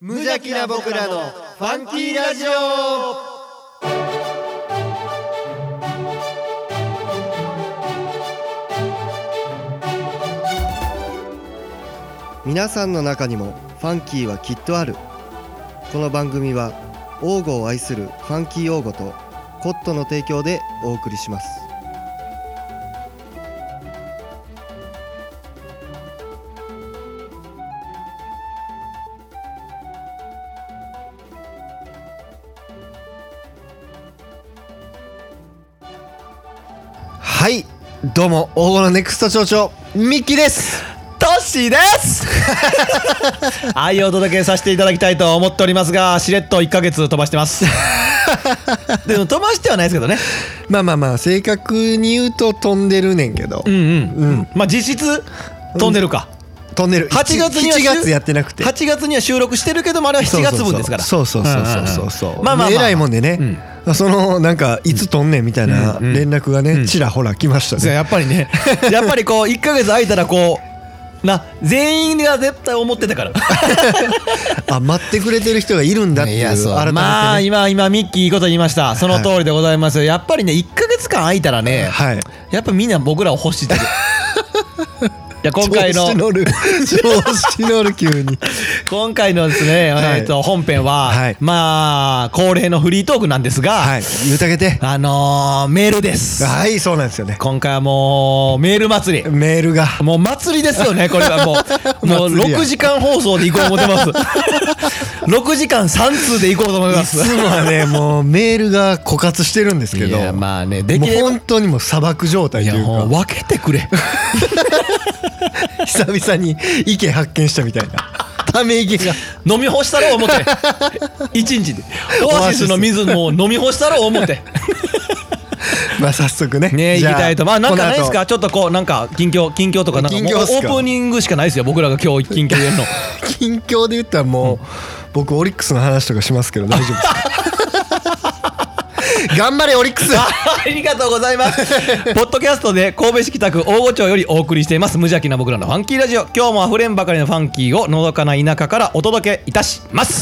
無邪気な僕らのファンキーラジオ。皆さんの中にもファンキーはきっとある。この番組は王語を愛するファンキー王語とコットの提供でお送りします。はい、どうも王語のネクスト町長ミッキーです。 トッシーです愛をお届けさせていただきたいと思っておりますが、しれっと1ヶ月飛ばしてますでも飛ばしてはないですけどね。 まあ正確に言うと飛んでるねんけど、 まあ実質飛んでるか、 飛んでる。 8月には 7月やってなくて 8月には収録してるけども、あれは7月分ですから。 そうまあ偉いもんでね、そのなんかいつ飛んねんみたいな連絡がねちらほら来ましたね。 やっぱりねやっぱりこう1ヶ月空いたらこうな、全員が絶対思ってたからあ、待ってくれてる人がいるんだっていう、改めてね。 まあ今ミッキーいいこと言いました。その通りでございます。やっぱりね1ヶ月間空いたらね、やっぱみんな僕らを欲してるいや今回の調子乗る急に今回のですね、本編は、まあ恒例のフリートークなんですが、 言うてあげて。 メールです。 はい、そうなんですよね。 今回はもうメール祭り、 メールがもう祭りですよね。これはもう6時間放送でいこうと思ってます6時間3通でいこうと思います。 いつもはねもうメールが枯渇してるんですけど、 いやまあね、 もう本当にもう砂漠状態というか、 分けてくれ久々に池発見したみたいなため池が飲み干したろう思って一日でオアシスの水も飲み干したろう思ってまあ早速ね行きたいと。まあなんかないですか、ちょっとこうなんか近況とか、なんかもうオープニングしかないですよ、僕らが今日近況言うの近況で言ったらもう、僕オリックスの話とかしますけど大丈夫ですか頑張れオリックスありがとうございますポッドキャストで神戸市北区大御町よりお送りしています無邪気な僕らのファンキーラジオ。今日もあふれんばかりのファンキーをのどかな田舎からお届けいたします。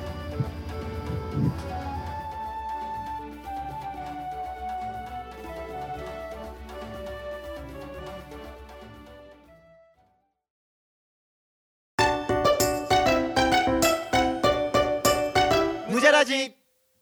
無邪ラジ。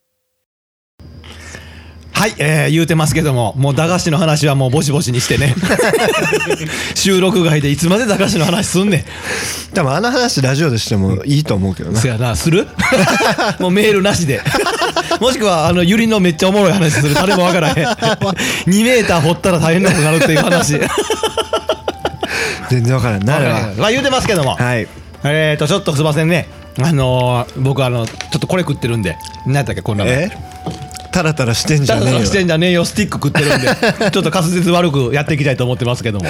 はい、言うてますけども、もう駄菓子の話はもうボシボシにしてね収録外でいつまで駄菓子の話すんねん。 多分あの話ラジオでしてもいいと思うけどな。 そやな、するもうメールなしでもしくはゆりのめっちゃおもろい話する。誰もわからへん2メーター掘ったら大変なことになるっていう話全然わからんな。 まあ言うてますけども、ちょっとすいませんね、僕ちょっとこれ食ってるんで、何やったっけこんなの、 タラタラしてんじゃねえよスティック食ってるんでちょっと滑舌悪くやっていきたいと思ってますけども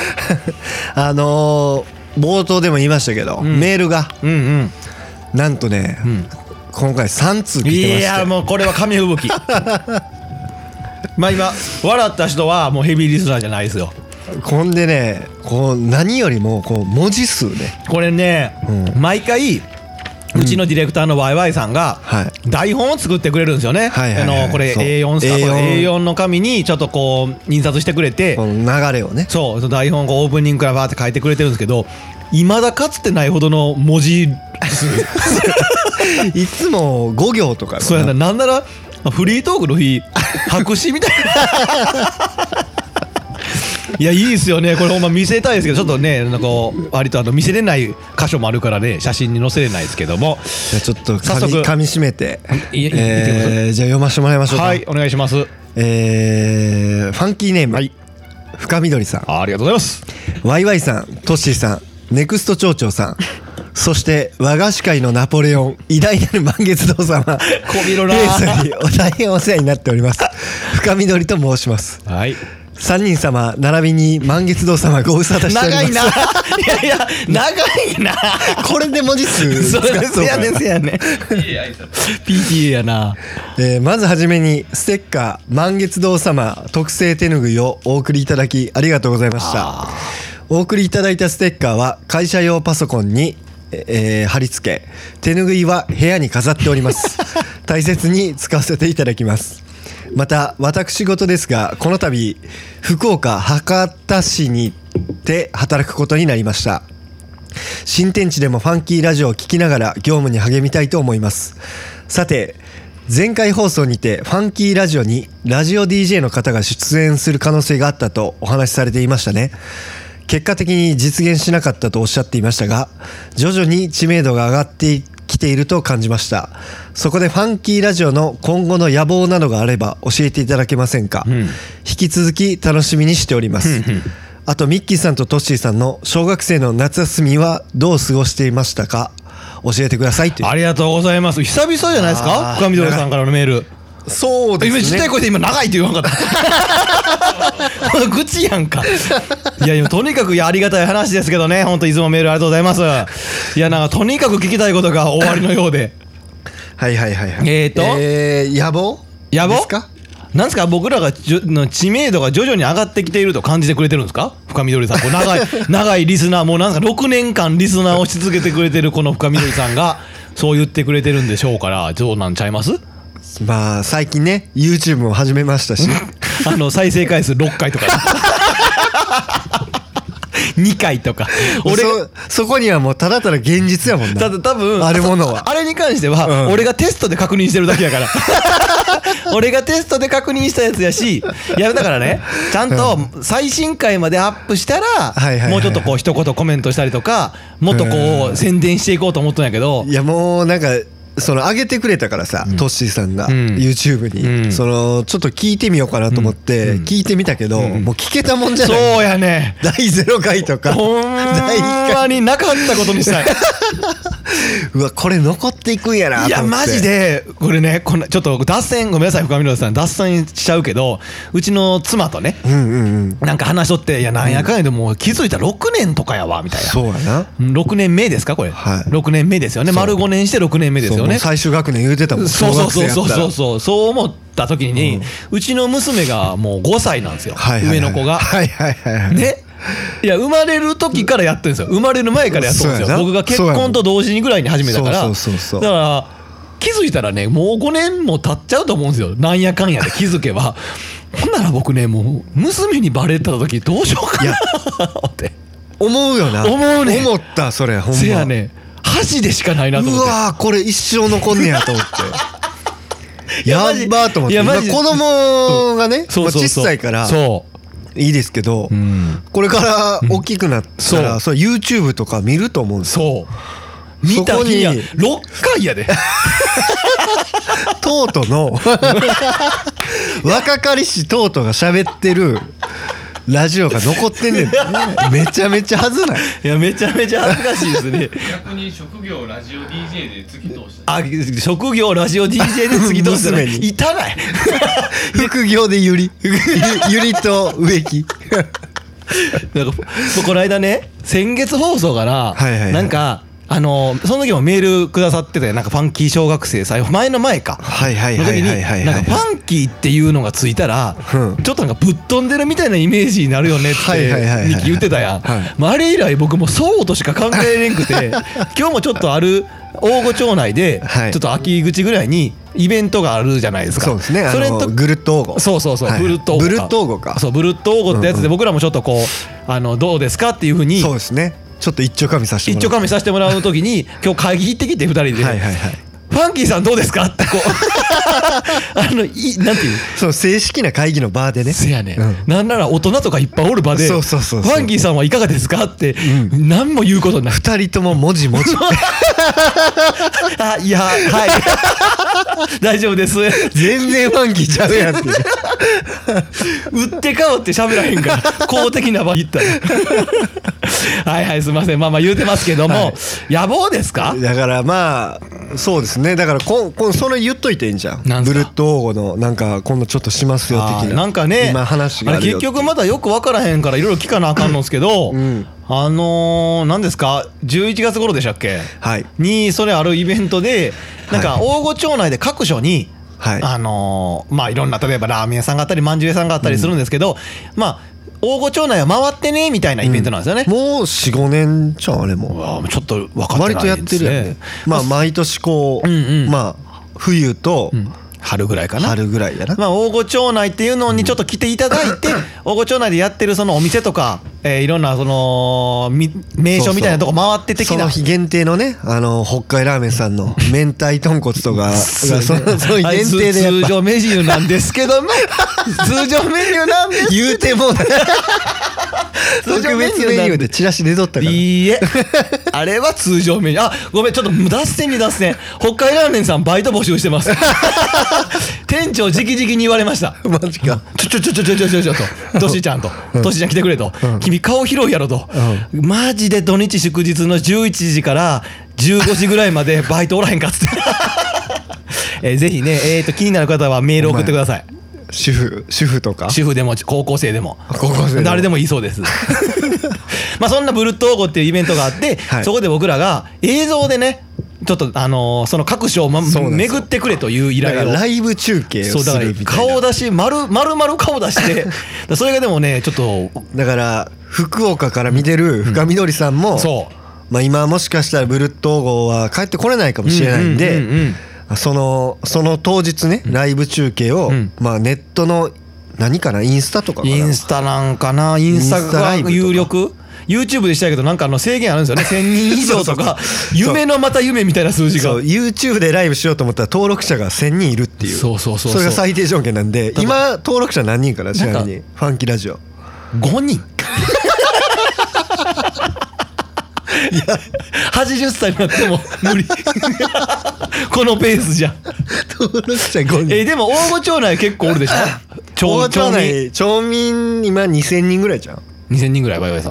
冒頭でも言いましたけど、メールが、なんとね、今回3通来てまして、 いやもうこれは紙吹雪まあ今笑った人はもうヘビーリスナーじゃないですよ。 ほんでね、こう何よりもこう文字数ね、 これね、毎回うちのディレクターのワイワイさんが台本を作ってくれるんですよね。これ A4 の紙にちょっとこう印刷してくれて、 この流れをね、 そう台本をオープニングからバーって書いてくれてるんですけど、未だかつてないほどの文字いつも5行とか。 そうやな、なんならフリートークの日白紙みたいないやいいですよねこれ。ほんま見せたいですけど、ちょっとねなんか割と見せれない箇所もあるからね、写真に載せれないですけども、 じゃあちょっと噛み締めて、じゃあ読ませてもらいましょうか。 はい、お願いします。ファンキーネーム、深緑さん、 ありがとうございます。 ワイワイさん、トッシーさん、ネクスト町長さんそして和菓子界のナポレオン、偉大なる満月堂様、 こびろなに大変お世話になっております深緑と申します。 はい、 3人様並びに満月堂様ご無沙汰しております。 長いないや長いなこれで文字数そうですやねPTA やな。 まずはじめにステッカー満月堂様特製手ぬぐいをお送りいただきありがとうございました。お送りいただいたステッカーは会社用パソコンに貼り付け、手拭いは部屋に飾っております大切に使わせていただきます。また私事ですが、この度福岡博多市にて働くことになりました。新天地でもファンキーラジオを聞きながら業務に励みたいと思います。さて、前回放送にてファンキーラジオにラジオ DJ の方が出演する可能性があったとお話しされていましたね。結果的に実現しなかったとおっしゃっていましたが、徐々に知名度が上がってきていると感じました。そこでファンキーラジオの今後の野望などがあれば教えていただけませんか。引き続き楽しみにしております。あとミッキーさんとトッシーさんの小学生の夏休みはどう過ごしていましたか、教えてくださいという。 ありがとうございます。久々じゃないですか、深緑さんからのメール。 そうですね。 今ちっちゃい声で今長いって言わんかった愚痴やんか。いやとにかくありがたい話ですけどね、本当いつもメールありがとうございます。いやなんかとにかく聞きたいことが終わりのようではいはいはいはい。野望ですか。 なんですか、僕らがの知名度が徐々に上がってきていると感じてくれてるんですか、深緑さん。こう長いリスナー、もうなんか6年間リスナーをし続けてくれてるこの深緑さんがそう言ってくれてるんでしょうから、どうなんちゃいます。 まあ最近ね YouTube も始めましたし再生回数6回とか2回とか、 俺 そこにはもうただただ現実やもんな。 多分あるものはあれに関しては、俺がテストで確認してるだけやから俺がテストで確認したやつやし、いやだからね、ちゃんと最新回までアップしたらもうちょっとこう一言コメントしたりとか、もっとこう宣伝していこうと思ったんやけど、 いやもうなんかその上げてくれたからさ、トッシーさんが YouTube にそのちょっと聞いてみようかなと思って聞いてみたけど、もう聞けたもんじゃない。 そうやね、 第0回とかほんまになかったことにしたいうわこれ残っていくんやなと思って。 いやマジでこれね、ちょっと脱線、ごめんなさい深緑さん、脱線しちゃうけど、うちの妻とねなんか話しとって、いやなんやかんやでも気づいたら6年とかやわみたいな。 そうやな、 6年目ですかこれ、6年目ですよね。丸5年して6年目ですよね。 最終学年言うてたもん。 そう思った時に、うちの娘がもう5歳なんですよ、上の子がね。いや生まれる時からやってるんですよ、生まれる前からやってるんですよ。僕が結婚と同時にぐらいに始めたから、だから気づいたらね、もう5年も経っちゃうと思うんですよ、なんやかんやで気づけばほんなら僕ね、もう娘にバレた時どうしようかなって思うよな。 思うね。 思った、それほんま。 せやね、恥でしかないなと思って、 うわこれ一生残んねやと思ってやっばーと思って。今子供がね小さいからいいですけど、これから大きくなったらそれ YouTube とか見ると思うんですよ。 見た日や6回やでトートの若かりしトートが喋ってるラジオが残ってんねん。めちゃめちゃ恥ずない。 いやめちゃめちゃ恥ずかしいですね。 逆に職業ラジオ DJ で突き通した。 あ、職業ラジオ DJ で突き通したらいたない副業でゆりと植木なんかこの間ね、先月放送からなんかその時もメールくださってて、なんかファンキー小学生さ、前の前かの時になんかファンキーっていうのがついたらちょっとなんかぶっ飛んでるみたいなイメージになるよねってニキ言ってたやん。あれ以来僕もそうとしか考えれんくて今日もちょっとある大御町内でちょっと秋口ぐらいにイベントがあるじゃないですか。 そうですね、それとグルッと王吾。 そうブルッと王吾か。そうブルッと王吾ってやつで僕らもちょっとこうどうですかっていうふうに、 そうですね、ちょっと一丁噛みさせてもらう時に今日会議行ってきて2人でファンキーさんどうですかってこうなんていうそう正式な会議の場でね。 せやね、なんなら大人とかいっぱいおる場でファンキーさんはいかがですかって何も言うことない。 2人とも文字あ、いやはい大丈夫です。 全然ファンキーちゃうやんって打って変わって喋らへんから公的な場に行ったらはいすいません、まあ言うてますけども、野望ですか。 だからまあそうですね、だからそれ言っといていいんじゃん。ブルッと王吾のなんか今度ちょっとしますよ的な。 なんかね、 今話があるよ。 結局まだよく分からへんからいろいろ聞かなあかんのですけど、何ですか、11月頃でしたっけ、にそれあるイベントでなんか大御町内で各所にはい、 まあいろんな例えばラーメン屋さんがあったりまんじゅう屋さんがあったりするんですけど、まあ大御町内は回ってねみたいなイベントなんですよね、 もう 4,5 年ちゃんあれもちょっと分かってないんですね。 割とやってるよね。まあ毎年こう、まあ冬と、 春ぐらいかな。 春ぐらいやな。 まあ大御町内っていうのにちょっと来ていただいて、大御町内でやってるそのお店とか、いろんなその名所みたいなとこ回って的な、 その日限定のね、北海ラーメンさんの明太豚骨とかその限定でやっぱ通常メニューなんですけども通常メニューなんです言うても通常メニュー特別メニューでチラシ出とったから。 いいえあれは通常メニュー。ごめんちょっと脱線に脱線。北海ラーメンさんバイト募集してます店長直々に言われました。 マジか。 ちょとトシちゃんとトシちゃん来てくれと、君顔広いやろと、マジで土日祝日の11時から15時ぐらいまでバイトおらへんかっつってぜひね、気になる方はメール送ってください。 主婦とか主婦でも高校生でも誰でもいいそうですまあそんなブルット王国っていうイベントがあって、そこで僕らが映像でねちょっとその各所を巡ってくれという依頼を、 だからライブ中継をするみたいな。 顔出し丸々顔出してそれがでもねちょっとだから福岡から見てる深緑さんも、まあ今もしかしたらブルット王国は帰ってこれないかもしれないんで、その当日ねライブ中継を、まあネットの何かな、インスタとかかな、 インスタなんかな、インスタが有力。YouTube でしたけどなんか制限あるんですよね。1000人以上とか夢のまた夢みたいな数字が。 そう YouTube でライブしようと思ったら登録者が1000人いるっていう。それが最低条件なんで、今登録者何人かな、ちなみにファンキーラジオ 5人いや80歳になっても無理このペースじゃ登録者5人。 でも大御町内結構おるでしょ大御町内町民今2000人ぐらいじゃん。 2000人ぐらいバイバイさん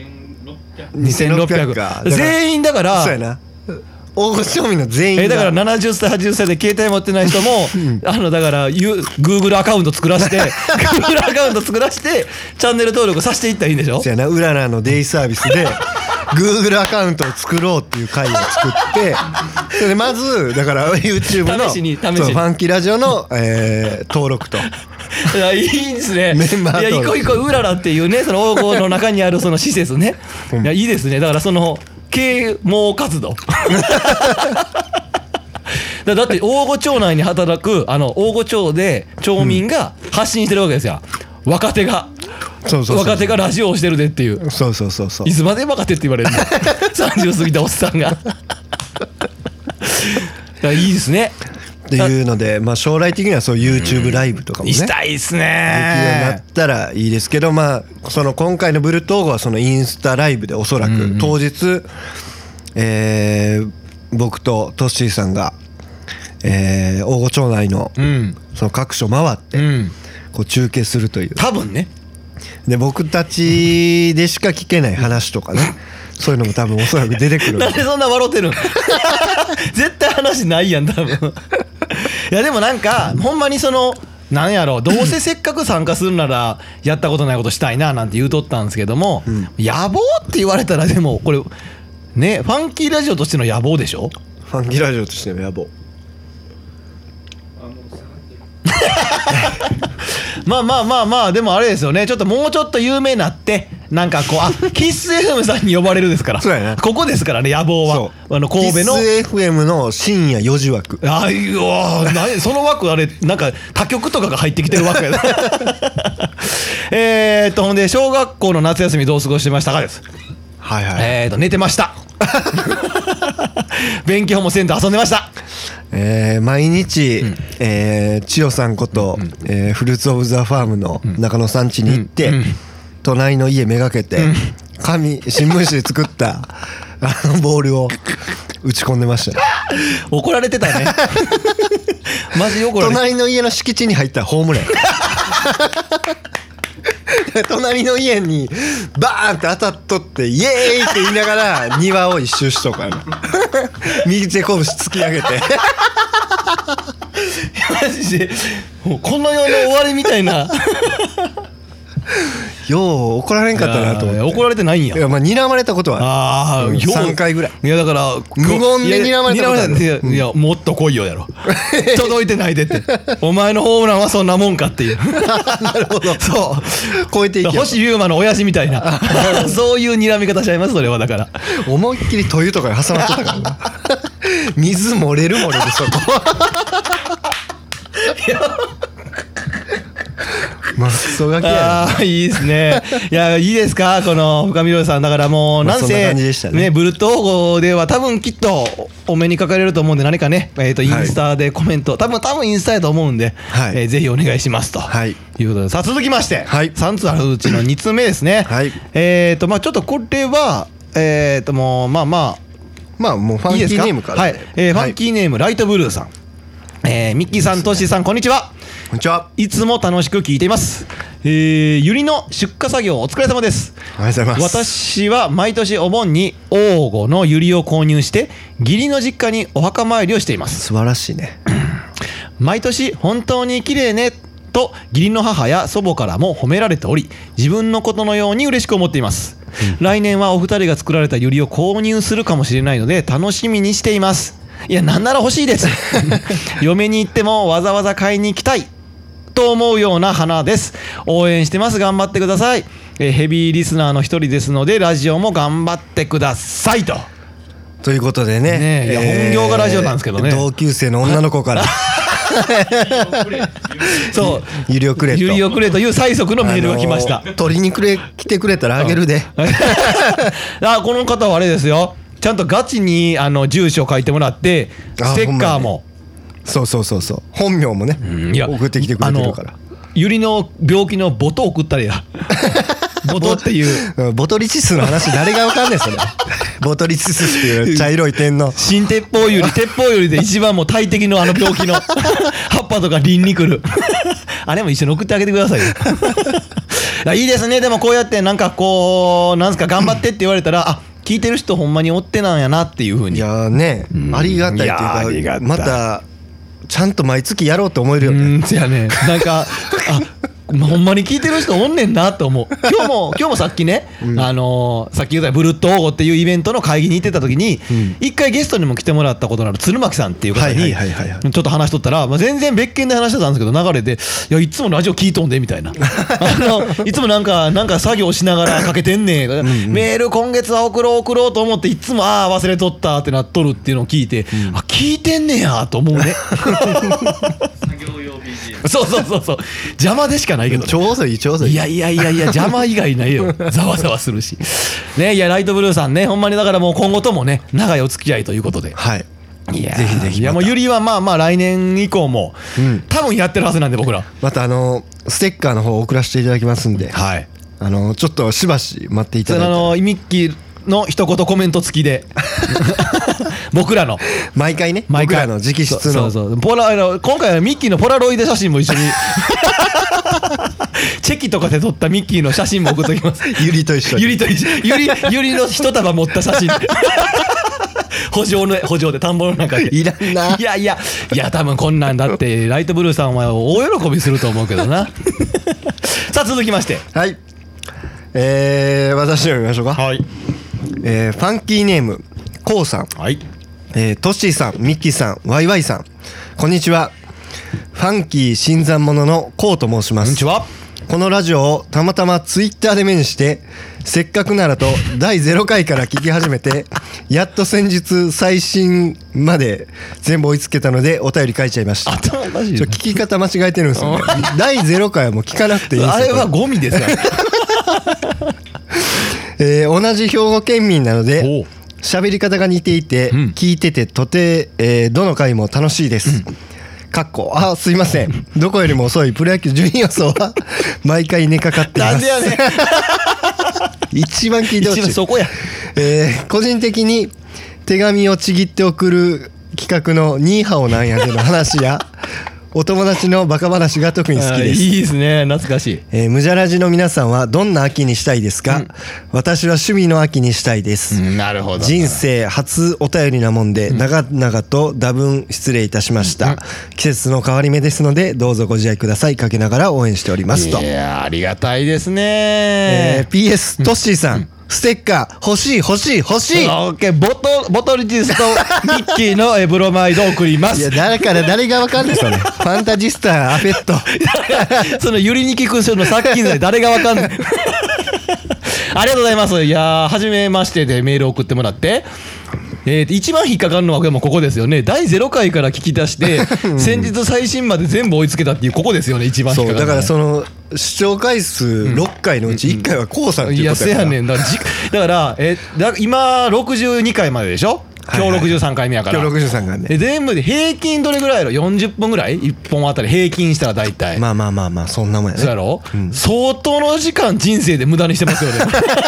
2600か。 全員だからそうやな、大御町民の全員だから70歳80歳で携帯持ってない人もだから Google アカウント作らせてGoogle アカウント作らせてチャンネル登録させていったらいいんでしょ。 そうやな、うららのデイサービスでGoogle アカウントを作ろうっていう会を作ってそれでまずだから YouTube の試しにファンキーラジオの登録といやいいですね。 メンバー登録。 いや一個うららっていうねその王国の中にあるその施設ね、いやいいですね。だからその啓蒙活動だって大御町内に働く大御町で町民が発信してるわけですよ、若手が。若手がラジオをしてるでっていう。 そういつまで若手って言われるの30過ぎたおっさんがいいですねっていうので、まあ将来的にはそう YouTube ライブとかもねしたいですね。 できるようになったらいいですけど、まあその今回のブルット王国はそのインスタライブでおそらく当日僕とトッシーさんが大御町内のその各所回ってこう中継するという。 多分ね。 で僕たちでしか聞けない話とかねそういうのも多分おそらく出てくる。 なんでそんな笑ってるん絶対話ないやん多分いやでもなんかほんまにそのなんやろ、どうせせっかく参加するならやったことないことしたいななんて言うとったんですけども、野望って言われたらでもこれねファンキーラジオとしての野望でしょ。 ファンキーラジオとしての野望まあでもあれですよね、ちょっともうちょっと有名になってなんかこうキッス FM さんに呼ばれるですから。 そうやな、 ここですからね野望は。神戸のキッス FM の深夜4時枠。 その枠あれなんか他局とかが入ってきてる枠やほんで小学校の夏休みどう過ごしてましたかです。寝てました勉強もせんと遊んでました。 毎日、千代さんこと、フルーツオブザファームの中野さん家に行って、隣の家めがけて、新聞紙で作ったボールを打ち込んでました。 怒られてたねマジ怒られて。 隣の家の敷地に入ったらホームラン隣の家にバーンって当たっとってイエーイって言いながら庭を一周しとか右手拳突き上げてマジでもうこの世の終わりみたいなよう怒られんかったなと思って。 怒られてないんや。 いやまあ睨まれたことは3回ぐらい。 いやだから無言で睨まれたことある。 いやもっと来いよやろ届いてないでってお前のホームランはそんなもんかっていうなるほど。 そう超えていき星優馬の親父みたいなそういう睨み方しちゃいます。それはだから思いっきり灯油とかに挟まってたからな水漏れるそこいやまあクソガキやね。いいですね。いやいいですかこの深見亮さん。だからもうなんせねブルトーゴでは多分きっとお目にかかれると思うんで、何かねインスタでコメント多分インスタやと思うんで、ぜひお願いしますということで、さあ続きまして3つあるうちの2つ目ですね。まあちょっとこれはもうまあもうファンキーネームからファンキーネームライトブルーさん。ミッキーさん、トッシーさん、こんにちは。 こんにちは。 いつも楽しく聞いています。ユリの出荷作業お疲れ様です。 おはようございます。 私は毎年お盆に王吾のユリを購入して義理の実家にお墓参りをしています。 素晴らしいね。 毎年本当に綺麗ねと義理の母や祖母からも褒められており、自分のことのように嬉しく思っています。来年はお二人が作られたユリを購入するかもしれないので楽しみにしています。いやなんなら欲しいです嫁に行ってもわざわざ買いに行きたいと思うような花です。応援してます。頑張ってください。ヘビーリスナーの一人ですのでラジオも頑張ってくださいということでね、 いや本業がラジオなんですけどね、 同級生の女の子からそうユリをくれという催促のメールが来ました。 取りに来てくれたらあげるでこの方はあれですよ、ちゃんとガチに住所を書いてもらってステッカーも、 そう本名もね送ってきてくれてるから、 ユリの病気のボト送ったらやボトっていうボトリチスの話誰がわかんねえそれボトリチスっていう茶色い点の新鉄砲ユリで一番もう大敵の病気の葉っぱとか輪に来るあれも一緒に送ってあげてくださいよいいですね。でもこうやってなんかこうなんすか頑張ってって言われたらあ聞いてる人ほんまにおってなんやなっていう風に。 いやね、ありがたいっていうかまたちゃんと毎月やろうと思えるよね。 やねなんかほんまに聞いてる人おんねんなと思う。今日もさっきね、さっき言ったブルット王吾っていうイベントの会議に行ってた時に、一回ゲストにも来てもらったことのある鶴巻さんっていう方にちょっと話しとったら、全然別件で話してたんですけど流れでいやいつもラジオ聞いとんでみたいな、いつもなんか作業しながらかけてんねん、メール今月は送ろうと思っていつも忘れとったってなっとるっていうのを聞いて、聞いてんねやと思うねそう邪魔でしかないけど、ね、 ちょうどいいいや邪魔以外ないよざわざわするしね。いやライトブルーさんねほんまにだからもう今後ともね長いお付き合いということで、いやぜひいやもうユリはまあ来年以降も、多分やってるはずなんで僕らまたステッカーの方送らせていただきますんで、ちょっとしばし待っていただいて、 ミッキーの一言コメント付きで僕らの毎回僕らの直筆の今回はミッキーのポラロイド写真も一緒にチェキとかで撮ったミッキーの写真も送っときます。 ユリと一緒にユリの一束持った写真補助で田んぼの中でいらんな。 いや多分こんなんだってライトブルーさんは大喜びすると思うけどなさあ続きまして私読みましょうか。ファンキーネームコウさん、トッシーさん、ミッキーさん、ワイワイさん、こんにちは。ファンキー新参者のコウと申します。 こんにちは。 このラジオをたまたまツイッターで目にして、せっかくならと第0回から聞き始めてやっと先日最新まで全部追いつけたのでお便り書いちゃいました。聞き方間違えてるんですよね第0回はもう聞かなくていいんですよ。 あれはゴミですよ同じ兵庫県民なので喋り方が似ていて、聞いててとて、どの回も楽しいです。すいません。どこよりも遅いプロ野球順位予想は毎回寝かかっています。なんでやねん一番聞いてほしい。 そこや。 個人的に手紙をちぎって送る企画のニーハオなんやでの話やお友達のバカ話が特に好きです。 いいですね、懐かしい。 ムジャラジの皆さんはどんな秋にしたいですか？私は趣味の秋にしたいです。 なるほど。 人生初お便りなもんで長々と多分失礼いたしました。季節の変わり目ですのでどうぞご自愛ください。かけながら応援しておりますと。 いやありがたいですね。 PS トッシーさん、ステッカー欲しい欲しい欲しい。 オッケー、ボトルジスとミッキーのブロマイドを送ります。 いや誰から誰がわかんないですよね。ファンタジスタアフェットそのユリニキ君のさっきので誰がわかんないありがとうございます。いや初めましてでメール送ってもらって、一番引っかかるのはもうここですよね。第0回から聞き出して先日最新まで全部追いつけたっていうここですよね、一番引っかかるの。 そうだからその視聴回数6回のうち1回はコウさんっていうことやから。 いやせやねん。だから今62回まででしょ。今日63回目やから。 今日63回目全部で平均どれぐらいやろ。40本ぐらい、1本あたり平均したら大体。 まあそんなもんやね。 そうやろ、相当の時間人生で無駄にしてますよね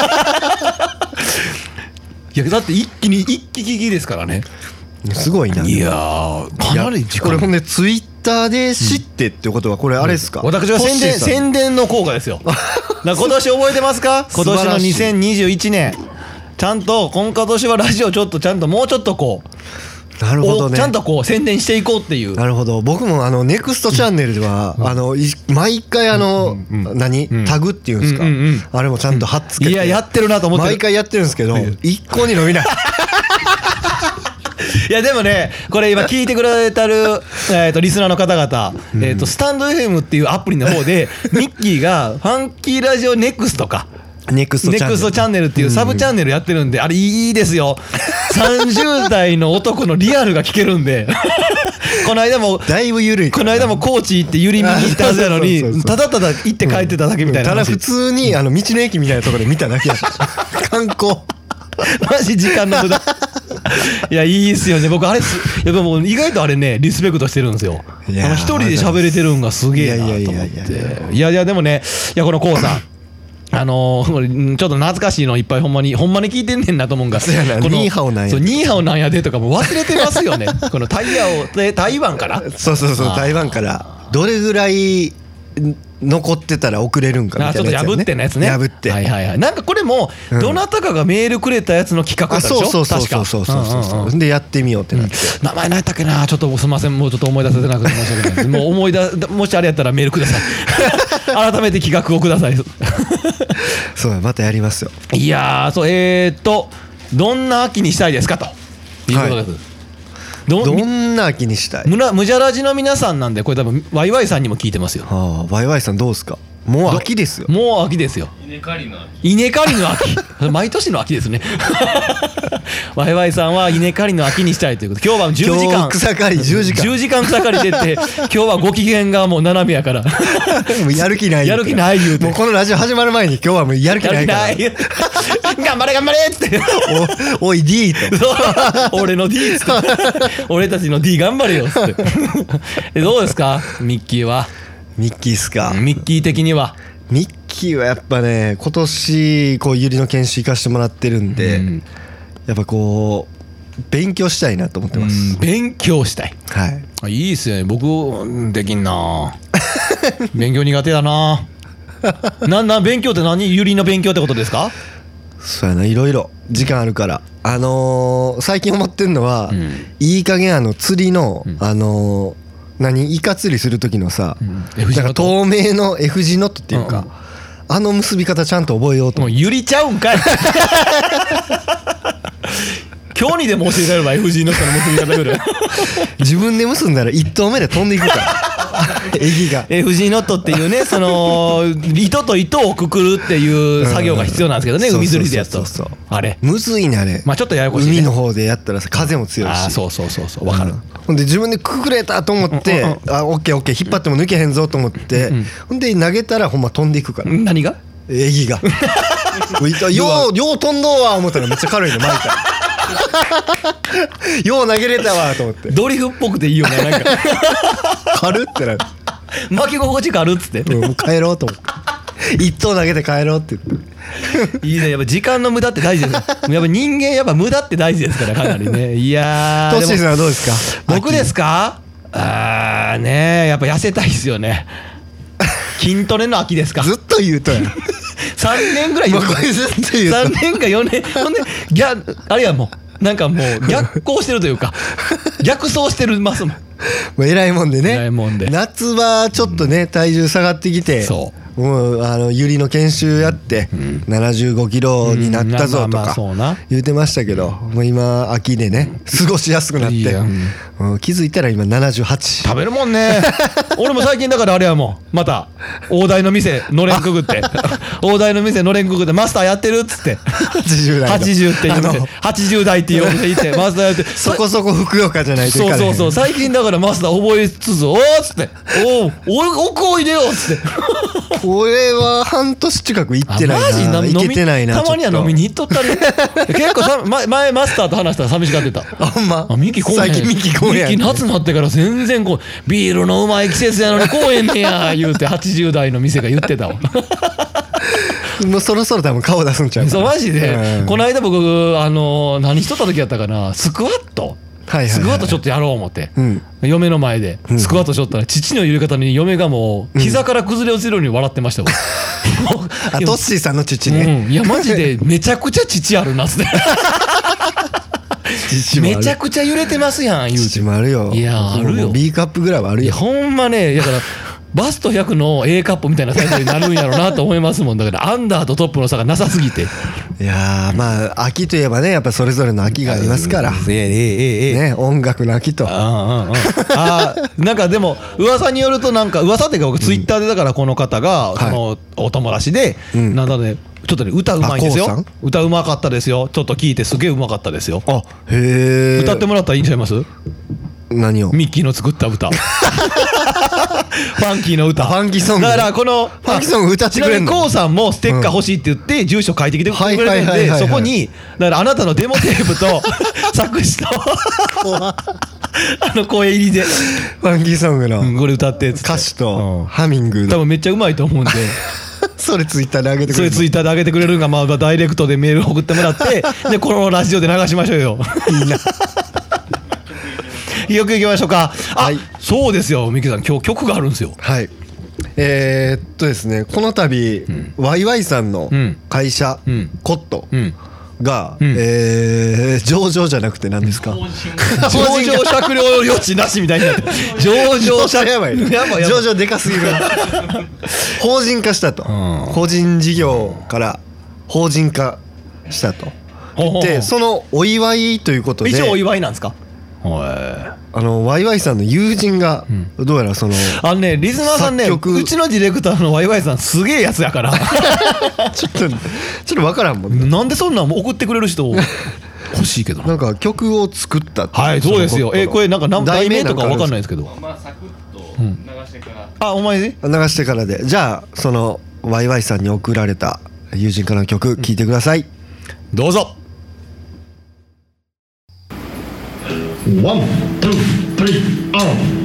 いやだって一気聞きですからね。 すごいな。 いやかなり時間。 これほんでツイッターで知ってってことはこれあれですか？ 私は宣伝の効果ですよだから今年覚えてますか？今年の2021年ちゃんと今年はラジオちょっとちゃんともうちょっとこう、 なるほどね、 ちゃんとこう宣伝していこうっていう。 なるほど。僕もネクストチャンネルでは毎回タグっていうんですか、あれもちゃんと貼っつけて、 いややってるなと思って毎回やってるんですけど一向に伸びないいやでもね、これ今聞いてくれてるリスナーの方々、スタンド FM っていうアプリの方でミッキーがファンキーラジオネクストかネクストチャンネルっていうサブチャンネルやってるんで、あれいいですよ。30代の男のリアルが聞けるんでこの間もだいぶ緩い。 この間も高知行ってユリ見に行ったはずやのにただただ行って帰ってただけみたいな。 ただ普通に道の駅みたいなところで見ただけやった観光マジ時間の無駄いやいいっすよね。僕あれやっぱもう意外とあれねリスペクトしてるんですよ。一人で喋れてるんがすげえなと思って。いやでもね、いやこのコウさんちょっと懐かしいのいっぱいほんまに聞いてんねんなと思うんが、このニーハオなんやで、 ニーハオなんやでとかもう忘れてますよねこの台湾からそう台湾からどれぐらい残ってたら送れるんかみたいなやつ、ね、 ちょっと破ってのやつね。 破って、 はいなんかこれもどなたかがメールくれたやつの企画だったでしょ。 そうでやってみようってなって、 名前何やったっけな、ちょっとすみません、もうちょっと思い出せてなくて申し訳ないです。もうもしあれやったらメールください改めて企画をくださいそうまたやりますよ。 いやどんな秋にしたいですかということです、 どんな秋にしたい？ ムジャラジの皆さんなんで、これ多分ワイワイさんにも聞いてますよ。 ワイワイさんどうですか？もう秋ですよ。 もう秋ですよ。 稲刈りの秋。 稲刈りの秋毎年の秋ですねワイワイさんは稲刈りの秋にしたいということで、今日は10時間草刈り10時間草刈りでって今日はご機嫌がもう斜めやからもうやる気ない言うて、 もうこのラジオ始まる前に今日はもうやる気ないから頑張れっつっておい D と俺の D っつって俺たちの D 頑張れよっつってどうですかミッキーは？ ミッキーっすか？ ミッキー的にはミッキーはやっぱね、今年こうユリの研修行かしてもらってるんで、やっぱこう勉強したいなと思ってます。 勉強したい。 はい。 いいっすよね。僕できんな勉強苦手だな勉強って何？ユリの勉強ってことですか？ そうやな、いろいろ時間あるから最近思ってんのは、いい加減釣りのイカ釣りする時のさ、なんか透明の F 字ノットっていうか、結び方ちゃんと覚えようと。 もうゆりちゃうんかい今日にでも教えられれば F 字ノットの結び方ぐらい自分で結んだら1投目で飛んでいくからエギが F 字ノットっていうね、その糸と糸をくくるっていう作業が必要なんですけどね、海釣りでやつとあれむずいねあれ。 まあちょっとややこしいね。 海の方でやったらさ風も強いし。 そう分かる。 ほんで自分でくくれたと思ってオッケー引っ張っても抜けへんぞと思ってほんで投げたらほんま飛んでいくから。 何が？ エギがよう飛んどうわ思ったらめっちゃ軽いの巻いたよう投げれたわと思って。 ドリフっぽくていいよねなんか軽ってなる巻き心地軽っつってもう帰ろうと思って一投投げて帰ろうって言っていいね。やっぱ時間の無駄って大事ですやっぱ人間やっぱ無駄って大事ですからかなりね。いやトッシーさんはどうですか？ 僕ですか？ やねやっぱ痩せたいっすよね。筋トレの秋ですか。 ずっと言うとや 3年ぐらい言うと3年か4年ほんであれやもうなんかもう逆行してるというか逆走してるますもん。 もう偉いもんでね。 偉いもんで夏場ちょっとね体重下がってきて、もうゆりの研修やって75キロになったぞとか言うてましたけど、もう今秋でね過ごしやすくなって、気づいたら今78。 食べるもんね。俺も最近だからあれやもん、また大台の店のれんくぐって大台の店のれんくぐってマスターやってるっつって80って言うて80代っていうお店行ってマスターやってそこそこふくよかじゃないといかない。 そう最近だからマスター覚えつつおーっつって奥おいでよっつって俺は半年近く行ってないな。行けてないな。 たまには飲みに行っとったり結構前マスターと話したら寂しがってた。 ほんまミキ来へん。 最近ミキ来へん。 ミキ夏になってから全然こうビールのうまい季節やのに来へんねや言うて80代の店が言ってたわ。 もうそろそろ多分顔出すんちゃうかな。 そうマジで、この間僕何しとった時やったかな、スクワットスクワットちょっとやろう思って、嫁の前でスクワットしとったら父の揺れ方に嫁がもう膝から崩れ落ちるように笑ってました。トッシーさんの父ね。 いやマジでめちゃくちゃ父あるなっつってめちゃくちゃ揺れてますやん言うて。 父もあるよ。 いやあるよ。 B カップぐらいはあるよ。 ほんまね。だからバスト100の A カップみたいなサイズになるんやろうなと思いますもん。だからアンダーとトップの差がなさすぎて。 いやまあ秋といえばねやっぱそれぞれの秋がありますからね、音楽の秋と。 なんかでも噂によるとなんか噂っていうか僕ツイッターでだからこの方がそのお友達でなんだねちょっとね歌うまいんですよ。歌うまかったですよ。ちょっと聞いてすげえうまかったですよ。 あへえ。 歌ってもらったらいいんちゃいます？ 何を？ ミッキーの作った歌。ファンキーの歌。 ファンキーソング。 だからこのファンキーソング歌ってくれんの？ ちなみに KOO さんもステッカー欲しいって言って住所書いてきてくれてるんで、そこにだからあなたのデモテープと作詞と声入りでファンキーソングのこれ歌って歌詞とハミング多分めっちゃうまいと思うんで。 それツイッターで上げてくれる。 それツイッターで上げてくれるんがまあダイレクトでメール送ってもらってでこのラジオで流しましょうよ。いいな。よく行きましょうか。そうですよミキさん今日曲があるんですよ。 はい。ですねこの度ワイワイさんの会社コットが上場じゃなくて何ですか？ 上場酌量余地なしみたいになって上場やばい上場でかすぎる。法人化したと。個人事業から法人化したとでそのお祝いということで一応お祝いなんですか？ ワイワイさんの友人がどうやらそのねリスナーさんねうちのディレクターのワイワイさんすげえやつやからちょっと分からんもんね。 なんでそんなん送ってくれる人欲しいけどなんか曲を作ったって。 はいそうですよ。これなんか題名とか分かんないですけどまあサクッと流してから、 お前で流してからでじゃあそのワイワイさんに送られた友人からの曲聴いてください。 どうぞ。 ワン、ツー、スリー、オン。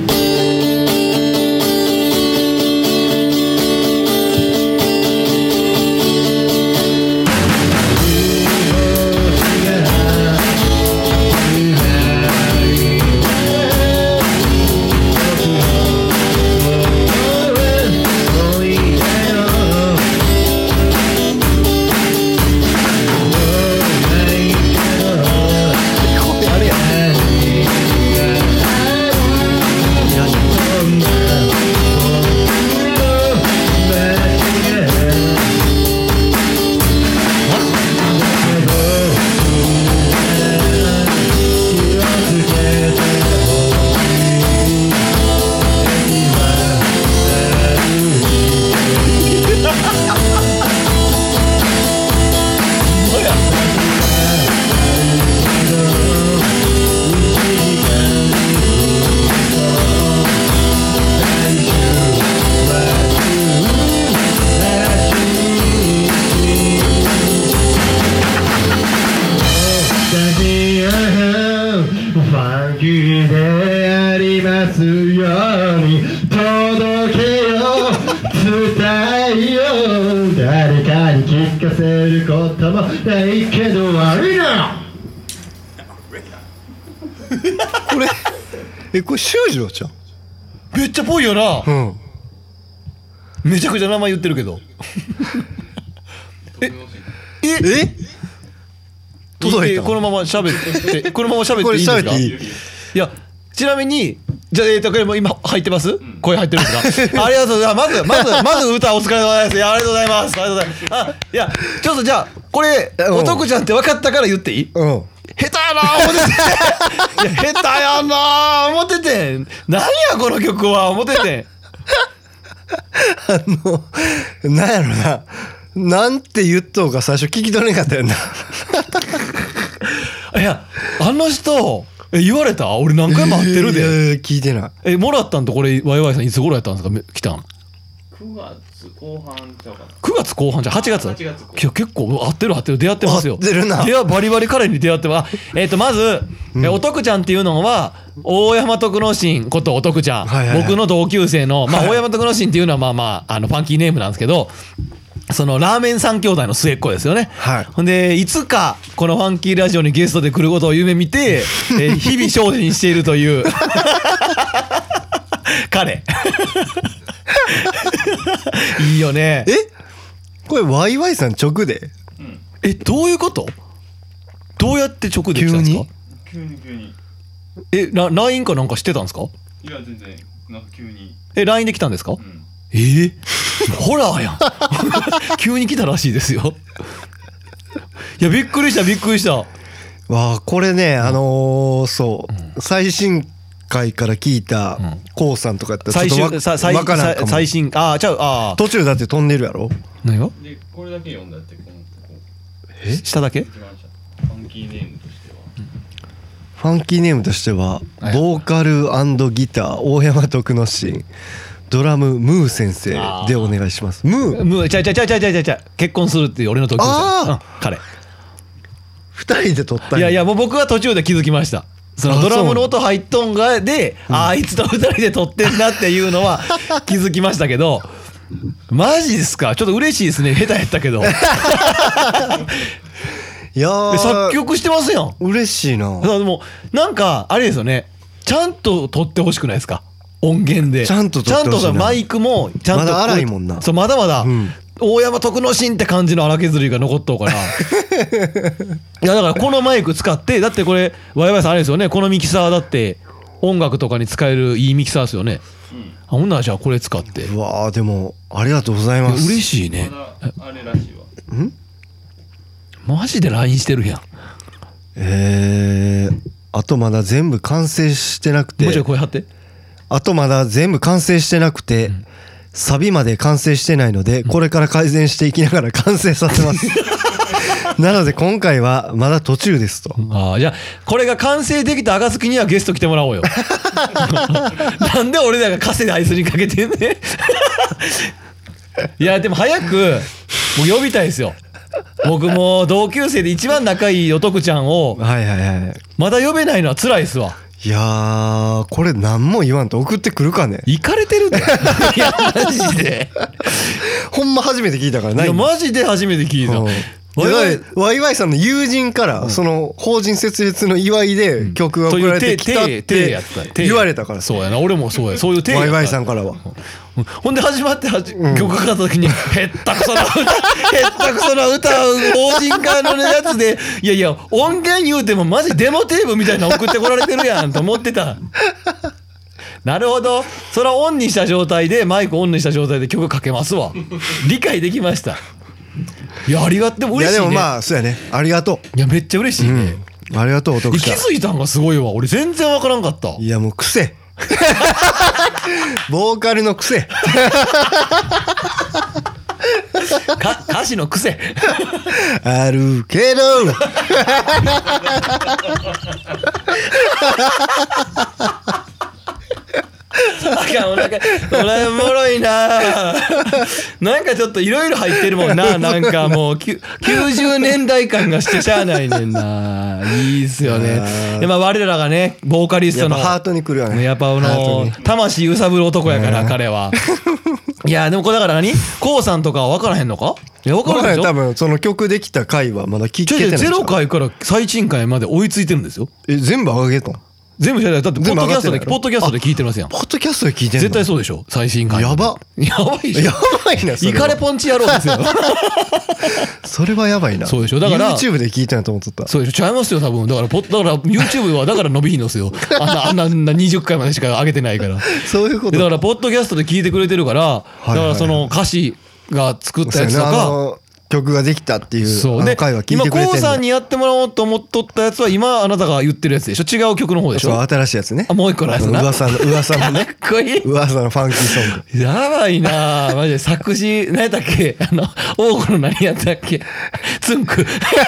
これ修二郎ちゃんめっちゃぽいよな。めちゃくちゃ名前言ってるけどえ届いた。このまま喋ってこのまま喋っていいんですか？いやちなみにじゃあこれも今入ってます？声入ってるんですか？ありがとうございます。まず歌お疲れ様です。いやありがとうございます。ありがとうございます。あいやちょっとじゃあこれおとくちゃんって分かったから言っていい？下手やな思ってていや下手やな思ってて何やこの曲は思っててなんやろな、なんて言っとうか最初聞き取れなかったよな。 いやあの人言われた？俺何回も会ってるで。 聞いてない。 もらったんとこれワイワイさんいつ頃やったんですか？来たん 9月後半ちゃうかな。 9月後半じゃ8月。 8月結構会ってる出会ってますよ。 合ってるな。 バリバリ彼に出会ってます。まず、おとくちゃんっていうのは大山徳之進ことおとくちゃん、僕の同級生の、大山徳之進っていうのはファンキーネームなんですけど、そのラーメン三兄弟の末っ子ですよね。ほんでいつかこのファンキーラジオにゲストで来ることを夢見て、日々精進しているという彼いいよね。 これワイワイさん直で？ どういうこと？どうやって直で来たんですか？ 急に LINE かなんかしてたんですか？ いや全然なんか急に LINE で来たんですか？ホラーやん急に来たらしいですよ。いやびっくりしたわあこれねそう、最新回から聞いたコウさんとかやったらちょっとわからんかも。 最新ちゃう途中だって飛んでるやろ。 何が？ でこれだけ読んだってこの下だけ？ ファンキーネームとしてはファンキーネームとしてはボーカル&ギター大山徳之進、ドラムムー先生でお願いします。ムーちゃ結婚するっていう俺の同級生、彼 2人で撮ったんや。いやもう僕は途中で気づきました。そのドラムの音入っとんがで、あいつと2人で撮ってんなっていうのは気づきましたけど、マジですか？ちょっと嬉しいですね。下手やったけどいや作曲してますやん。 嬉しいな。 でもなんかあれですよね、ちゃんと撮ってほしくないですか？音源でちゃんと撮ってほしいな。 マイクもちゃんとまだ荒いもんな。 そうまだ大山徳之進って感じの荒削りが残っとうからいやだからこのマイク使って、だってこれワイワイさんあれですよね、このミキサーだって音楽とかに使えるいいミキサーですよね。ほんならじゃあこれ使って。 うわーでもありがとうございます。 嬉しいね。 あれらしいわ。 マジで LINE してるやん。 あとまだ全部完成してなくて。 もうちょい声張って。 あとまだ全部完成してなくて、サビまで完成してないので、これから改善していきながら完成させますなので今回はまだ途中ですと。 じゃあこれが完成できた暁にはゲスト来てもらおうよなんで俺らが稼いであいつにかけてんねいやでも早くもう呼びたいですよ。僕も同級生で一番仲いいおとくちゃんをまだ呼べないのは辛いですわ。 いやーこれ何も言わんと送ってくるかね。 行かれてるでいやマジでほんま初めて聞いたからない。 いやマジで初めて聞いた。 ワイワイさんの友人からその法人設立の祝いで曲が送られてきたって言われたから。 そうやな、俺もそうや、そういう手やった。 ワイワイさんからはほんで始まって曲かかった時にへったくそな歌う法人化のやつで、いやいや音源言うてもマジデモテープみたいなの送ってこられてるやんと思ってた。なるほど、それはオンにした状態でマイクオンにした状態で曲かけますわ。理解できました。いやありがとう、嬉しいね。いやでもまあそうやね、ありがとう。 いやめっちゃ嬉しいね、 ありがとう。気づいたんがすごいわ。俺全然わからんかった。 いやもう癖ボーカルの癖歌詞の癖あるけどおもろいな。なんかちょっといろいろ入ってるもんな。なんかもう90年代感がしてしゃあないねんな。いいっすよね。で我らがねボーカリストのやっぱハートにくるよね。 やっぱ魂揺さぶる男やから彼は。いやでもこれだから何、コウさんとかは分からへんのか？いや分からへんでしょ。 多分その曲できた回はまだ聞けてない。 0回から最新回まで追いついてるんですよ。 全部上げたん？ 全部知らない。だってポッドキャストで全部上がってないポッドキャストで聞いてますやん。 ポッドキャストで聞いてんの？ 絶対そうでしょ。最新回。 やばやばいでしょ。 やばいなそれは。 イカレポンチ野郎ですよ。 それはやばいな。 そうでしょ。だから YouTube で聞いてんと思っとった。 そうでしょ。ちゃいますよ多分。だから YouTube はだから伸びひんのですよ。あんな20回までしか上げてないから。 そういうことだからポッドキャストで聞いてくれてるから、だからその歌詞が作ったやつとか。 曲ができたっていうそうで回は聞いてくれてんの。 今 KOO さんにやってもらおうと思っとったやつは今あなたが言ってるやつでしょ。違う曲の方でしょ。 そう新しいやつね。 あもう一個のやつな。 噂のね。 かっこいい。 噂のファンキーソング。 やばいなマジで。作詞何やったっけ、王吾の何やったっけ、つんく。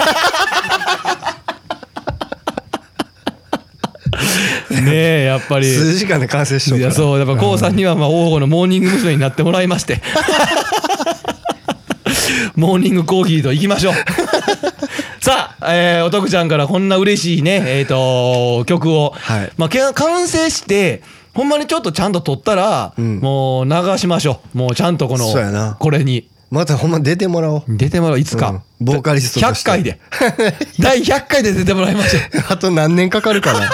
ねえやっぱり数時間で完成しとるから。 いやそうやっぱ KOO さんにはまあ王吾のモーニング娘。になってもらいましてモーニングコーヒーと行きましょうさあ、おとくちゃんからこんな嬉しいね曲を、 はい、 まあ完成してほんまにちょっとちゃんと撮ったら、もう流しましょう。もうちゃんとこれにまたほんま出てもらおう。 出てもらおう。いつか、 ボーカリストとして 100回で第100回で出てもらいましょう。 あと何年かかるかな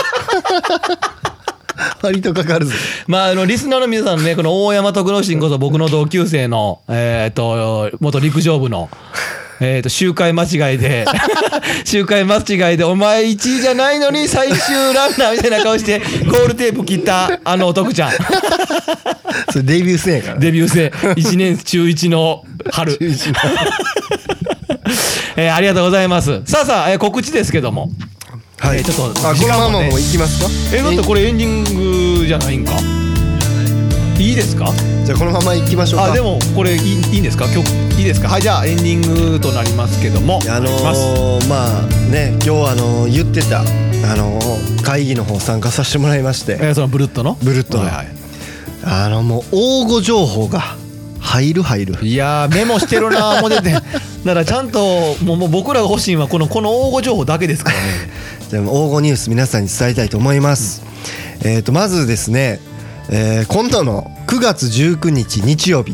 割とかかるぞ。 まあリスナーの皆さんね、この大山徳之進こそ僕の同級生の元陸上部の周回間違いで周回間違いでお前1位じゃないのに最終ランナーみたいな顔してゴールテープ切ったおとくちゃんそれデビュー戦やから。 デビュー戦1年中1の春ありがとうございます。さあ、告知ですけども、 はい、 ちょっとこのままもう行きますか。 だってこれエンディングじゃないんか。いいですか。 じゃあこのまま行きましょうか。 でもこれいいんですか。曲いいですか。はい、じゃあエンディングとなりますけども、 まあね、今日言ってた会議の方参加させてもらいまして、 そのブルットのもう応募情報が入る。 いやメモしてるなもう出てだからちゃんともう僕らが欲しいのはこの応募情報だけですからね。 じゃあ応募ニュース皆さんに伝えたいと思います。まずですね、今度の9月19日日曜日、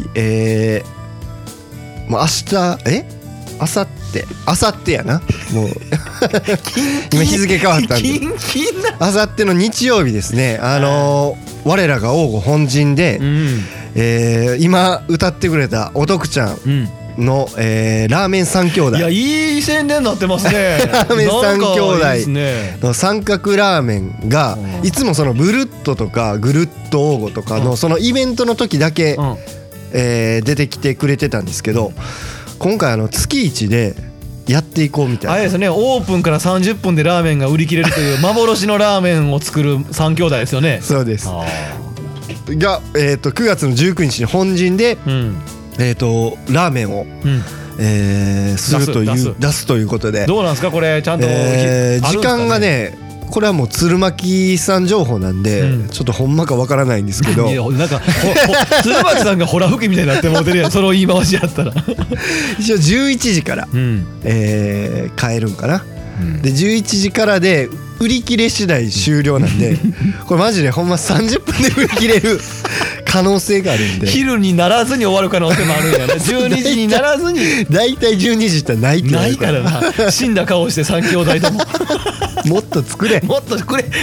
もう明日あさってやなもう今日付変わったんであさっての日曜日ですね、我らが王吾本陣で、今歌ってくれたおとくちゃんの、ラーメン三兄弟。 いやいい宣伝になってますねラーメン三兄弟の三角ラーメンがいつもそのブルットとかグルッと王吾とかのそのイベントの時だけ、出てきてくれてたんですけど、今回月1でやっていこうみたいな。 あれですね、オープンから30分でラーメンが売り切れるという幻のラーメンを作る三兄弟ですよね。 そうです。が、9月の19日に本陣で、ラーメンを、するという出すということで、 どうなんですかこれちゃんと、 時間がね、これはもう鶴巻さん情報なんで、ちょっとほんまかわからないんですけど、 いやなんか鶴巻さんがホラ吹きみたいになってもうてるやんその言い回しやったら一応11時から、買えるんかな、で11時からで売り切れ次第終了なんでこれマジでほんま30分で売り切れる可能性があるんで、 昼にならずに終わる可能性もあるんやね12時にならずにだいたい12時ってないって言われないからな死んだ顔して三兄弟とももっと作れもっと作れ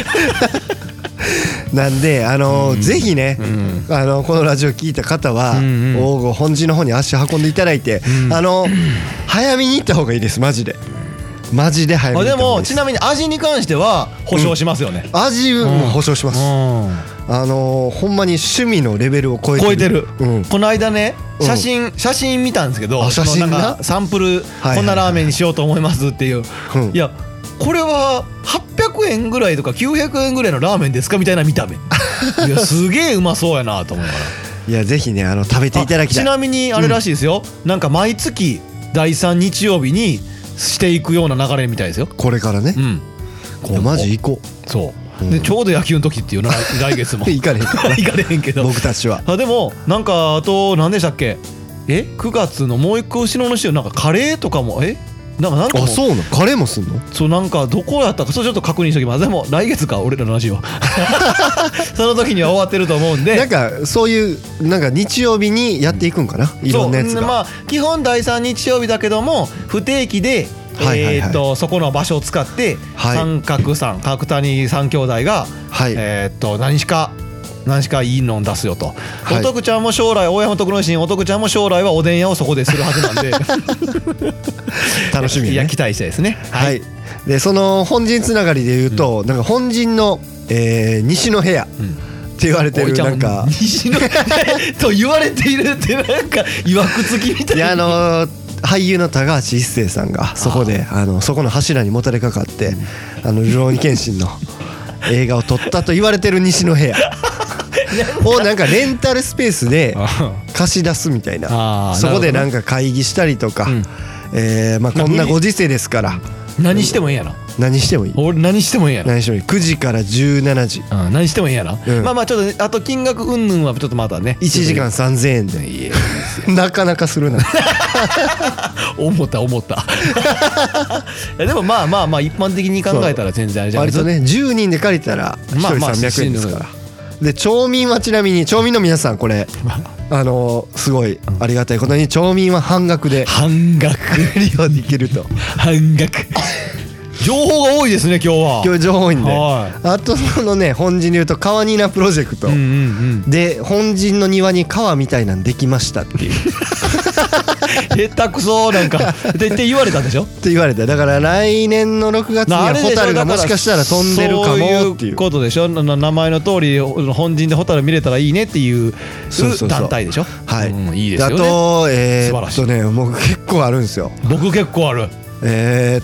なんでぜひね、このラジオ聞いた方は王吾本陣の方に足運んでいただいて、早めに行った方がいいです。マジで早めに行った方がいいです。 でもちなみに味に関しては保証しますよね、 味も保証します、ほんまに趣味のレベルを超えてる、この間ね写真見たんですけど、写真なサンプルこんなラーメンにしようと思いますっていう、いやこれは800円ぐらいとか900円ぐらいのラーメンですかみたいな見た目いやすげえうまそうやなと思いながら、 いやぜひね食べていただきたい。 ちなみにあれらしいですよ、なんか毎月第3日曜日にしていくような流れみたいですよこれからね。いやマジ行こう。そうでちょうど野球の時っていうの来月も行かれへんから行かれへんけど僕たちは。 でもなんかあと何でしたっけ、9月のもう一個後ろの週なんかカレーとかもなんかあそうなのカレーもすんの。 そうなんかどこやったかそれちょっと確認しておきます。でも来月か俺らの話はその時には終わってると思うんで、 なんかそういうなんか日曜日にやっていくんかな、いろんなやつが。 まあ基本第3日曜日だけども不定期ではいはいはいそこの場所を使ってはい三角さん角谷三兄弟がはい何しかいいのを出すよと、 はいお徳ちゃんも将来大山徳之進お徳ちゃんも将来はおでん屋をそこでするはずなんで楽しみやねいや期待したいですね。 はい、でその本陣つながりで言うと、なんか本陣の、西の部屋って言われてる、なんか西のと言われているってなんかいわくつきみたいいやな。 俳優の高橋一生さんがそこでそこの柱にもたれかかってるろうに剣心の映画を撮ったと言われてる西の部屋をなんかレンタルスペースで貸し出すみたいな、そこでなんか会議したりとか、まあこんなご時世ですから何してもいいやな。 何してもいい、 俺何してもいいやな。 何してもいい、9時から17時、 何してもいいやな、 うんまあまあちょっとあと金額云々はちょっとまたね 1時間3000円でいやなかなかするな思ったいやでもまあまあまあ一般的に考えたら全然あれじゃない割ですか。 とね10人で借りたら1人まあまあ 300円ですから。で町民はちなみに町民の皆さんこれすごいありがたいことに町民は半額で半額利用できると。 半額情報が多いですね今日は。 今日情報多いんで、 はあとそのね本陣でいうと川ニナプロジェクトうんうんうんで本陣の庭に川みたいなんできましたっていう下手くそなんかって言われたんでしょ。 って言われた。だから来年の6月にはホタルがもしかしたら飛んでるかもってそういいううことでしょ。名前の通り本陣でホタル見れたらいいねっていうそうそうそう団体でしょ。 はい、 うんいいですよね。 あと素晴らしいねもう結構あるんですよ。 僕結構ある。 ヌ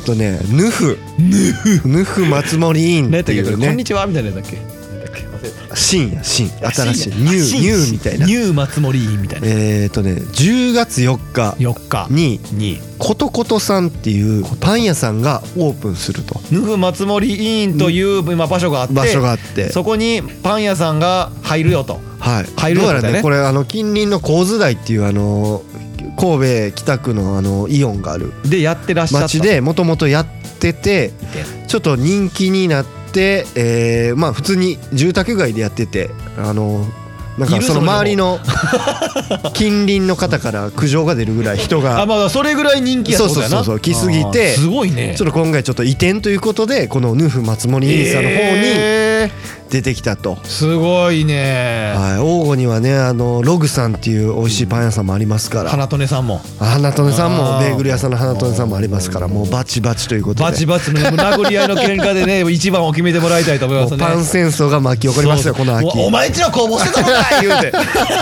フ松森委員っていうこんねにちはみたいなやつだっけ。 新新新しいニ新ューみたいな。 ニュー松森委員みたいな。 10月4日 4日ににことことさんっていうパン屋さんがオープンすると。 ヌフ松森委員という今場所があって場所があってそこにパン屋さんが入るよと。 はい、 入るどうよってことだよねやらねこれ近隣の神津台っていう神戸北区のイオンがあるでやってらっしゃった町でもともとやっててちょっと人気になってまあ普通に住宅街でやっててなんかその周りの近隣の方から苦情が出るぐらい人がまあそれぐらい人気やったことやな。 そう来すぎてすごいね。 ちょっと今回ちょっと移転ということでこのヌフ松森インサの方に出てきたと。 すごいね。 はい、王吾にはねログさんっていう美味しいパン屋さんもありますから、 花利さんも花利さんもベーグル屋さんの花利さんもありますから、もうバチバチということでバチバチの殴り合いの喧嘩でね一番を決めてもらいたいと思いますね。 もうパン戦争が巻き起こりますよこの秋。 お前んちの工房してたのかい言うて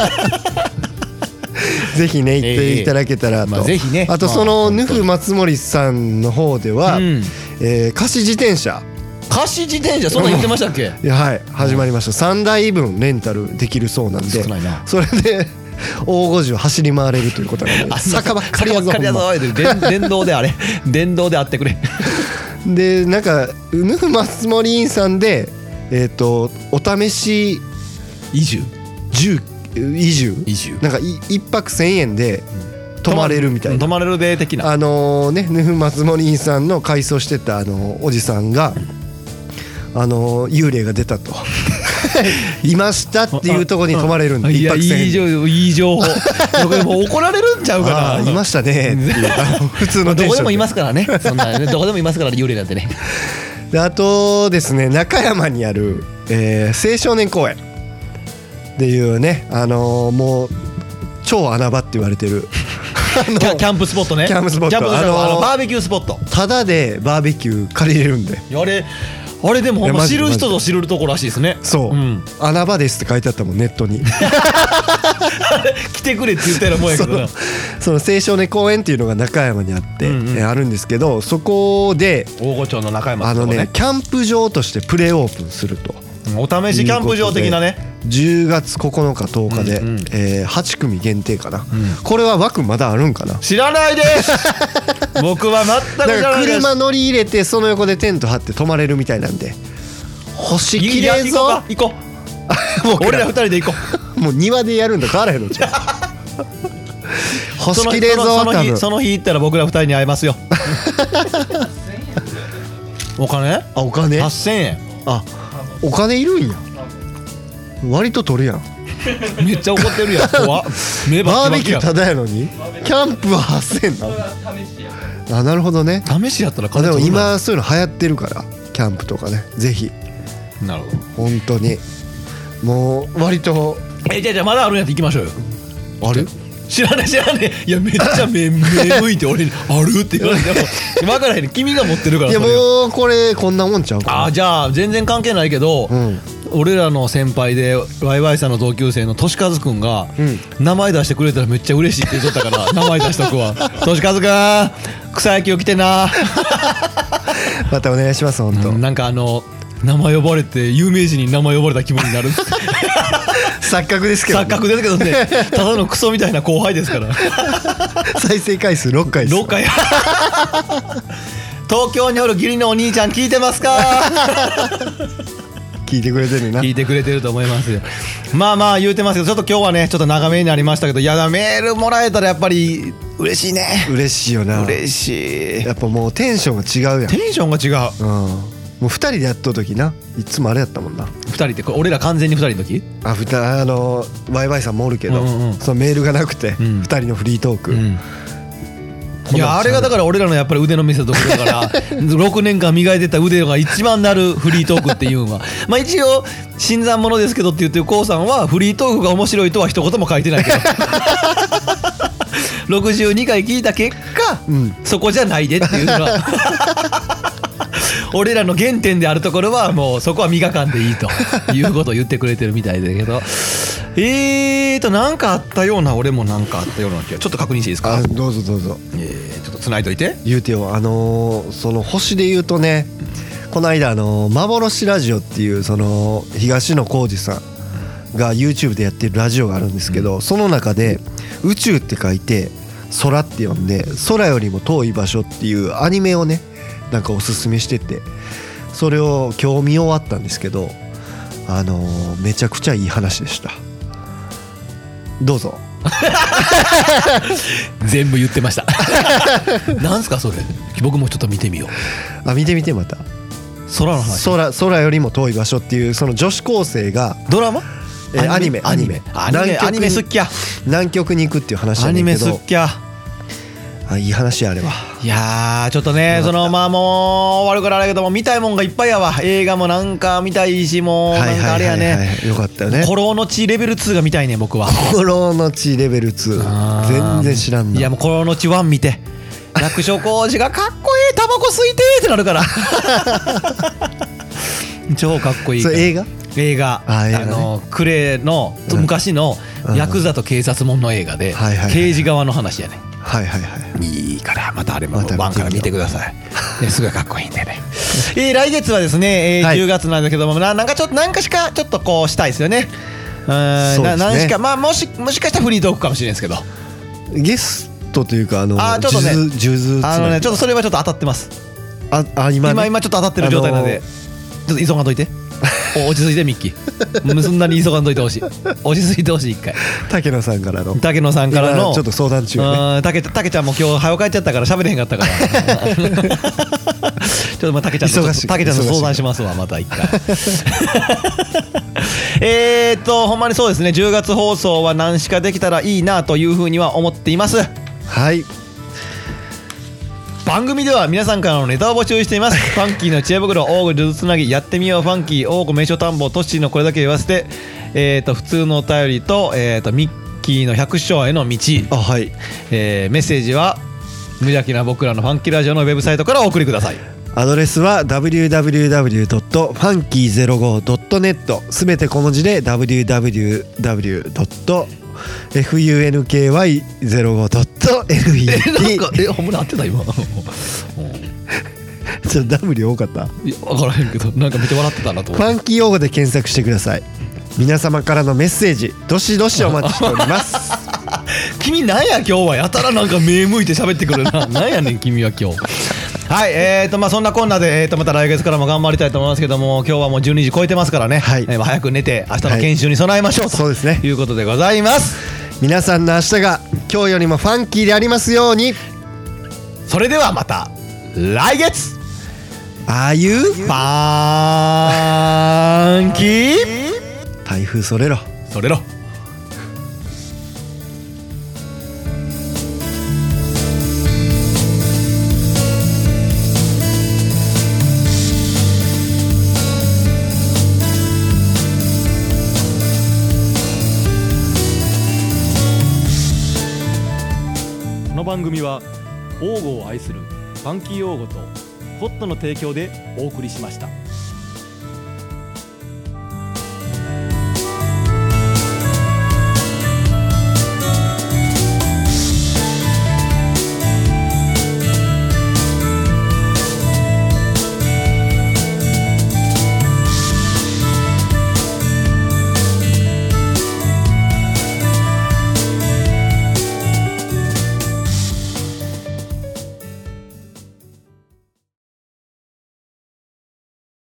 ぜひね行っていただけたらと、 まあぜひねあとそのヌフ松森さんの方では、貸し自転車貸し自転車そんなん言ってましたっけ。 いやはい始まりました。3台分レンタルできるそうなんで少ないなそれで大御寺を走り回れるということなんで坂ばっかりやぞほんま電動であれ電動であってくれ。 でなんかヌフ松森院さんでお試し移住移住なんか一泊1000円で泊まれるみたいな。 泊まれるで的な。 ねヌフ松森院さんの改装してたおじさんが幽霊が出たといましたっていうところに泊まれるんでいや一泊1000円いい情報。もう怒られるんちゃうかな。 いましたねっていう普通のテンションでどこでもいますからね。そんなねどこでもいますから幽霊なんてね。 であとですね中山にある、青少年公園っていうねもう超穴場って言われてるキャンプスポットね。 キャンプスポットバーベキュースポット。 ただでバーベキュー借りれるんで。 あれでもほんま知るいやマジで人ぞ知るところらしいですね。 そう、 ん穴場ですって書いてあったもんネットに来てくれって言ったようなもんやけどな。 その青少年公園っていうのが中山にあって、あるんですけどそこで大御町の中山ってとこね。 キャンプ場としてプレオープンすると。 お試しキャンプ場的なね。 10月9日10日で、8組限定かな、これは枠まだあるんかな。 知らないです僕は全く知だかららないです。 車乗り入れてその横でテント張って泊まれるみたいなんで星きれいぞ。 行こう僕ら俺ら2人で行こもう庭でやるんだ変わらへんのじゃんう。 星きれいぞ多分。 その日行ったら僕ら2人に会えますよ。お金お金 8000円。 お金いるんや割と取るやんめっちゃ怒ってるやん。怖っ。目バーベバキバキやん。 キューただやのにキャンプは8000 それな。 は試しやあ、なるほどね。 試しやったらあ、でも金取るな。 今そういうの流行ってるからキャンプとかね、ぜひなるほど。 本当にもう割とじゃあまだあるんやって行きましょうよ。 ある。 知らない知らない。いやめっちゃ目向いて俺にあるって言われても分からへんね。君が持ってるから。 いやそれをもうこれこんなもんちゃうかじゃあ全然関係ないけど、 うん俺らの先輩でワイワイさんの同級生のとしかずくんが、名前出してくれたらめっちゃ嬉しいって言っとったから名前出しとくわ。としかずくん草野球来てな。 またお願いします本当。 なんか名前呼ばれて有名人に名前呼ばれた気分になる。 錯覚ですけど、ね、 錯覚ですけどね。ただのクソみたいな後輩ですから。 再生回数6回です。 6回。東京におる義理のお兄ちゃん聞いてますか。 聞いてくれてるな。 聞いてくれてると思いますよ。まあまあ言うてますけど、ちょっと今日はねちょっと長めになりましたけど、いやメールもらえたらやっぱり嬉しいね。 嬉しいよな。 嬉しい。 やっぱもうテンションが違うやん。 テンションが違う。 もう2人でやっとる時ないつもあれやったもんな。 2人って俺ら完全に2人の時ワイワイさんもおるけど、そのメールがなくて2人のフリートーク、 いやあれがだから俺らのやっぱり腕の見せ所だから6年間磨いてた腕が一番なるフリートークっていうのはまあ一応新参者ですけどって言ってるコウさんはフリートークが面白いとは一言も書いてないけど62回聞いた結果、そこじゃないでっていうのは俺らの原点であるところはもうそこは磨かんでいいということを言ってくれてるみたいだけどなんかあったような、俺もなんかあったような気がちょっと確認していいですか。 どうぞどうぞ。 ちょっと繋いといて。 言うてよ。その星で言うとね、この間幻ラジオっていうその東野幸治さんが YouTube でやってるラジオがあるんですけど、その中で宇宙って書いて空って呼んで、空よりも遠い場所っていうアニメをねなんかおすすめしてて、それを今日見終わったんですけど、めちゃくちゃいい話でした。どうぞ。 全部言ってました。なんすかそれ。僕もちょっと見てみよう。 見てみてまた。 空の話。 空よりも遠い場所っていうその女子高生がドラマ？ アニメ好きや。 南極に行くっていう話やねんけど。 アニメ好きや。 いい話やあれは。 いやちょっとねまあもう終わるからあれけども見たいもんがいっぱいやわ。映画もなんか見たいし、もうなんかあれやね。 よかったよね。 孤狼の血レベル2が見たいね僕は。 孤狼の血レベル2全然知らんな。 いやもう孤狼の血1見て役所広司がかっこいいタバコ吸いてってなるから超かっこいいから。 それ映画クレーの昔のヤクザと警察もんの映画で刑事側の話やね。いいからまたあれも晩から見てください。すごいかっこいいんでね。来月はですね10月なんだけども、なんかしかちょっとこうしたいですよね。何しかまあもしかしたらフリートークかもしれないですけど、 ゲストというかちょっとね数珠ちょっとそれはちょっと当たってます。今ちょっと当たってる状態なんでちょっと急がんといて。落ち着いてミッキー。そんなに急がんといてほしい。落ち着いてほしい。一回竹野さんからのちょっと相談中やね。 竹ちゃんも今日早帰っちゃったから喋れへんかったからちょっと竹ちゃんの相談しますわまた一回。ほんまにそうですね、10月放送は何しかできたらいいなというふうには思っています。 はい。 番組では皆さんからのネタを募集しています。ファンキーの知恵袋、大口ずつなぎ、やってみようファンキー、大子名所探訪、トッシーのこれだけ言わせて、普通のお便りと、ミッキーの百姓への道、 はい、 メッセージは無邪気な僕らのファンキーラジオのウェブサイトからお送りください。 アドレスは www.funky05.net、 すべて小文字で www.funky05.net。 ほんまに合ってた今。 ちょっと W 多かった。 いや分からへんけどなんかめっちゃ笑ってたなと思って。 ファンキー用語で検索してください。皆様からのメッセージどしどしお待ちしております。 君なんや今日はやたらなんか目向いて喋ってくるな。なんやねん君は今日。はい、まあそんなこんなでまた来月からも頑張りたいと思いますけども、今日はもう12時超えてますからね、はい、早く寝て明日の研修に備えましょうと、そうですね、いうことでございます。 皆さんの明日が今日よりもファンキーでありますように。 それではまた来月。 Are you ファンキー？ 台風それろそれろ。 番組は王語を愛するファンキー王語とホットの提供でお送りしました。